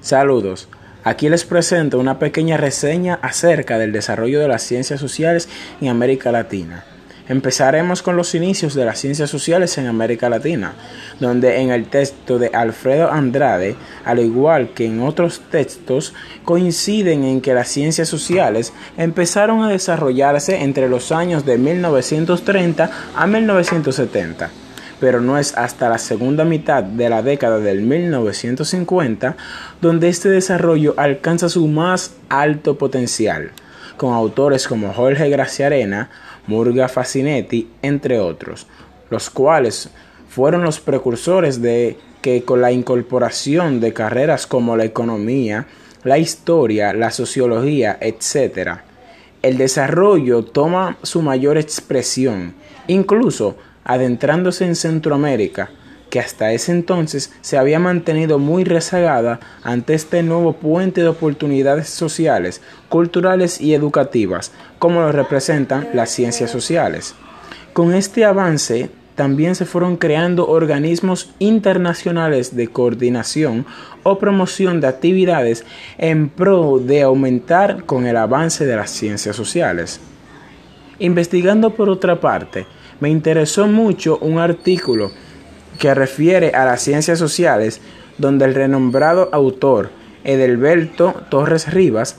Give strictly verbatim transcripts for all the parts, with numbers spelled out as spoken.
Saludos, aquí les presento una pequeña reseña acerca del desarrollo de las ciencias sociales en América Latina. Empezaremos con los inicios de las ciencias sociales en América Latina, donde en el texto de Alfredo Andrade, al igual que en otros textos, coinciden en que las ciencias sociales empezaron a desarrollarse entre los años de mil novecientos treinta a mil novecientos setenta. Pero no es hasta la segunda mitad de la década del mil novecientos cincuenta donde este desarrollo alcanza su más alto potencial, con autores como Jorge Graciarena, Murga Fascinetti, entre otros, los cuales fueron los precursores de que con la incorporación de carreras como la economía, la historia, la sociología, etcétera, el desarrollo toma su mayor expresión, incluso adentrándose en Centroamérica, que hasta ese entonces se había mantenido muy rezagada ante este nuevo puente de oportunidades sociales, culturales y educativas, como lo representan las ciencias sociales. Con este avance, también se fueron creando organismos internacionales de coordinación o promoción de actividades en pro de aumentar con el avance de las ciencias sociales. Investigando por otra parte, me interesó mucho un artículo que refiere a las ciencias sociales, donde el renombrado autor Edelberto Torres Rivas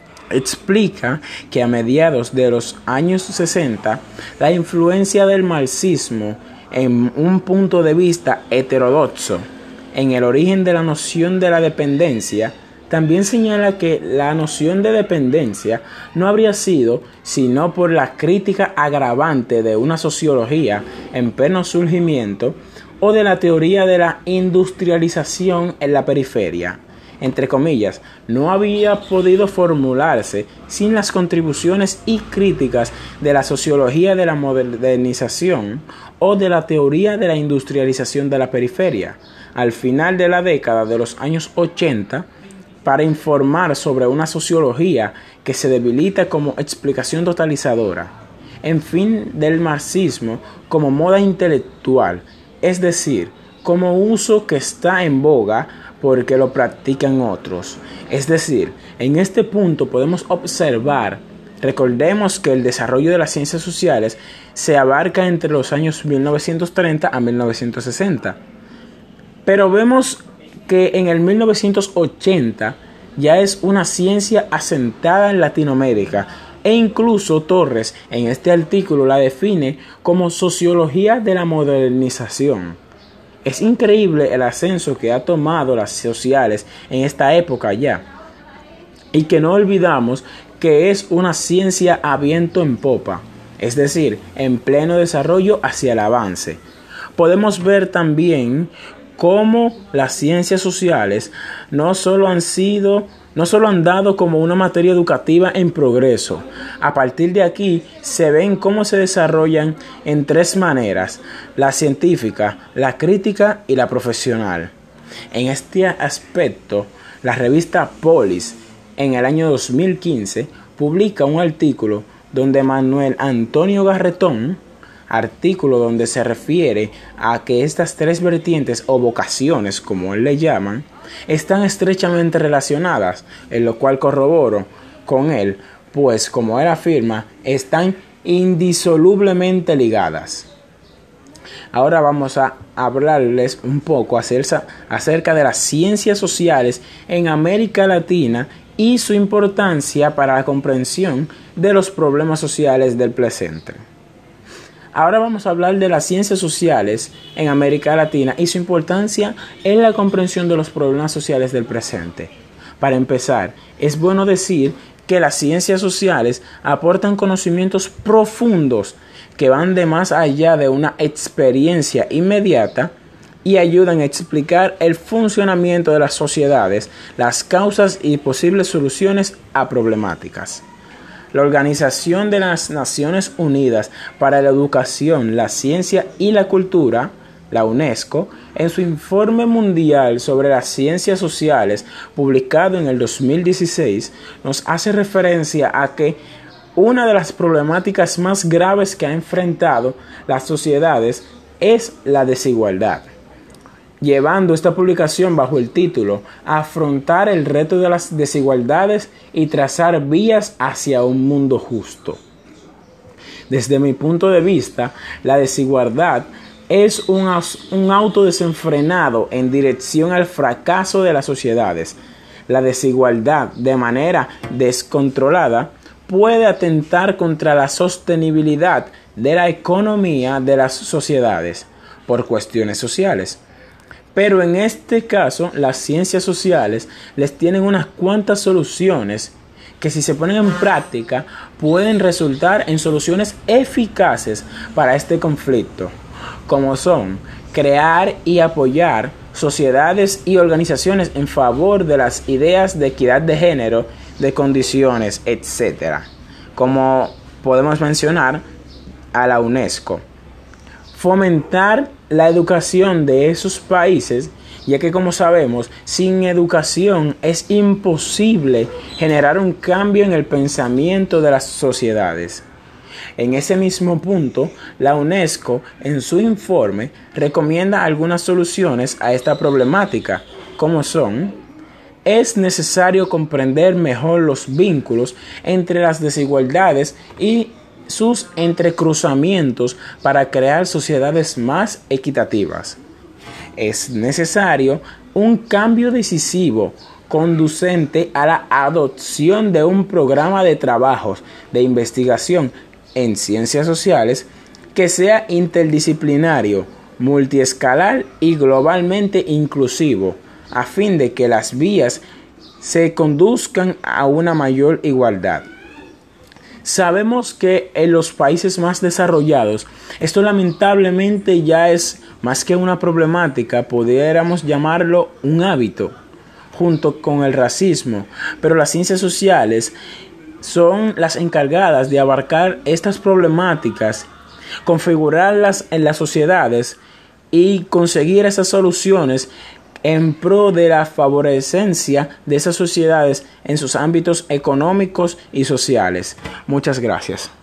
explica que a mediados de los años sesenta, la influencia del marxismo en un punto de vista heterodoxo en el origen de la noción de la dependencia, también señala que la noción de dependencia no habría sido sino por la crítica agravante de una sociología en pleno surgimiento o de la teoría de la industrialización en la periferia. Entre comillas, no había podido formularse sin las contribuciones y críticas de la sociología de la modernización o de la teoría de la industrialización de la periferia. Al final de la década de los años ochenta, para informar sobre una sociología que se debilita como explicación totalizadora, en fin del marxismo como moda intelectual, es decir, como uso que está en boga porque lo practican otros. Es decir, en este punto podemos observar, recordemos que el desarrollo de las ciencias sociales se abarca entre los años mil novecientos treinta a mil novecientos sesenta, pero vemos que en el mil novecientos ochenta ya es una ciencia asentada en Latinoamérica, e incluso Torres en este artículo la define como sociología de la modernización. Es increíble el ascenso que ha tomado las sociales en esta época ya, y que no olvidamos que es una ciencia a viento en popa, es decir, en pleno desarrollo hacia el avance. Podemos ver también cómo las ciencias sociales no solo han sido, no solo han dado como una materia educativa en progreso. A partir de aquí se ven cómo se desarrollan en tres maneras: la científica, la crítica y la profesional. En este aspecto, la revista Polis en el año dos mil quince publica un artículo donde Manuel Antonio Garretón, artículo donde se refiere a que estas tres vertientes o vocaciones, como él le llaman, están estrechamente relacionadas, en lo cual corroboro con él, pues como él afirma, están indisolublemente ligadas. Ahora vamos a hablarles un poco acerca de las ciencias sociales en América Latina y su importancia para la comprensión de los problemas sociales del presente. Ahora vamos a hablar de las ciencias sociales en América Latina y su importancia en la comprensión de los problemas sociales del presente. Para empezar, es bueno decir que las ciencias sociales aportan conocimientos profundos que van de más allá de una experiencia inmediata y ayudan a explicar el funcionamiento de las sociedades, las causas y posibles soluciones a problemáticas. La Organización de las Naciones Unidas para la Educación, la Ciencia y la Cultura, la UNESCO, en su informe mundial sobre las ciencias sociales, publicado en el dos mil dieciséis, nos hace referencia a que una de las problemáticas más graves que ha enfrentado las sociedades es la desigualdad. llevando esta publicación bajo el título Afrontar el reto de las desigualdades y trazar vías hacia un mundo justo. Desde mi punto de vista, la desigualdad es un, un auto desenfrenado en dirección al fracaso de las sociedades. La desigualdad, de manera descontrolada, puede atentar contra la sostenibilidad de la economía de las sociedades por cuestiones sociales. Pero en este caso, las ciencias sociales les tienen unas cuantas soluciones que, si se ponen en práctica, pueden resultar en soluciones eficaces para este conflicto, como son crear y apoyar sociedades y organizaciones en favor de las ideas de equidad de género, de condiciones, etcétera. Como podemos mencionar a la UNESCO. Fomentar la educación de esos países, ya que, como sabemos, sin educación es imposible generar un cambio en el pensamiento de las sociedades. En ese mismo punto, la UNESCO, en su informe, recomienda algunas soluciones a esta problemática, como son: es necesario comprender mejor los vínculos entre las desigualdades y sus entrecruzamientos para crear sociedades más equitativas. Es necesario un cambio decisivo conducente a la adopción de un programa de trabajos de investigación en ciencias sociales que sea interdisciplinario, multiescalar y globalmente inclusivo, a fin de que las vías se conduzcan a una mayor igualdad. Sabemos que en los países más desarrollados esto lamentablemente ya es más que una problemática, pudiéramos llamarlo un hábito, junto con el racismo, pero las ciencias sociales son las encargadas de abarcar estas problemáticas, configurarlas en las sociedades y conseguir esas soluciones en pro de la favorecencia de esas sociedades en sus ámbitos económicos y sociales. Muchas gracias.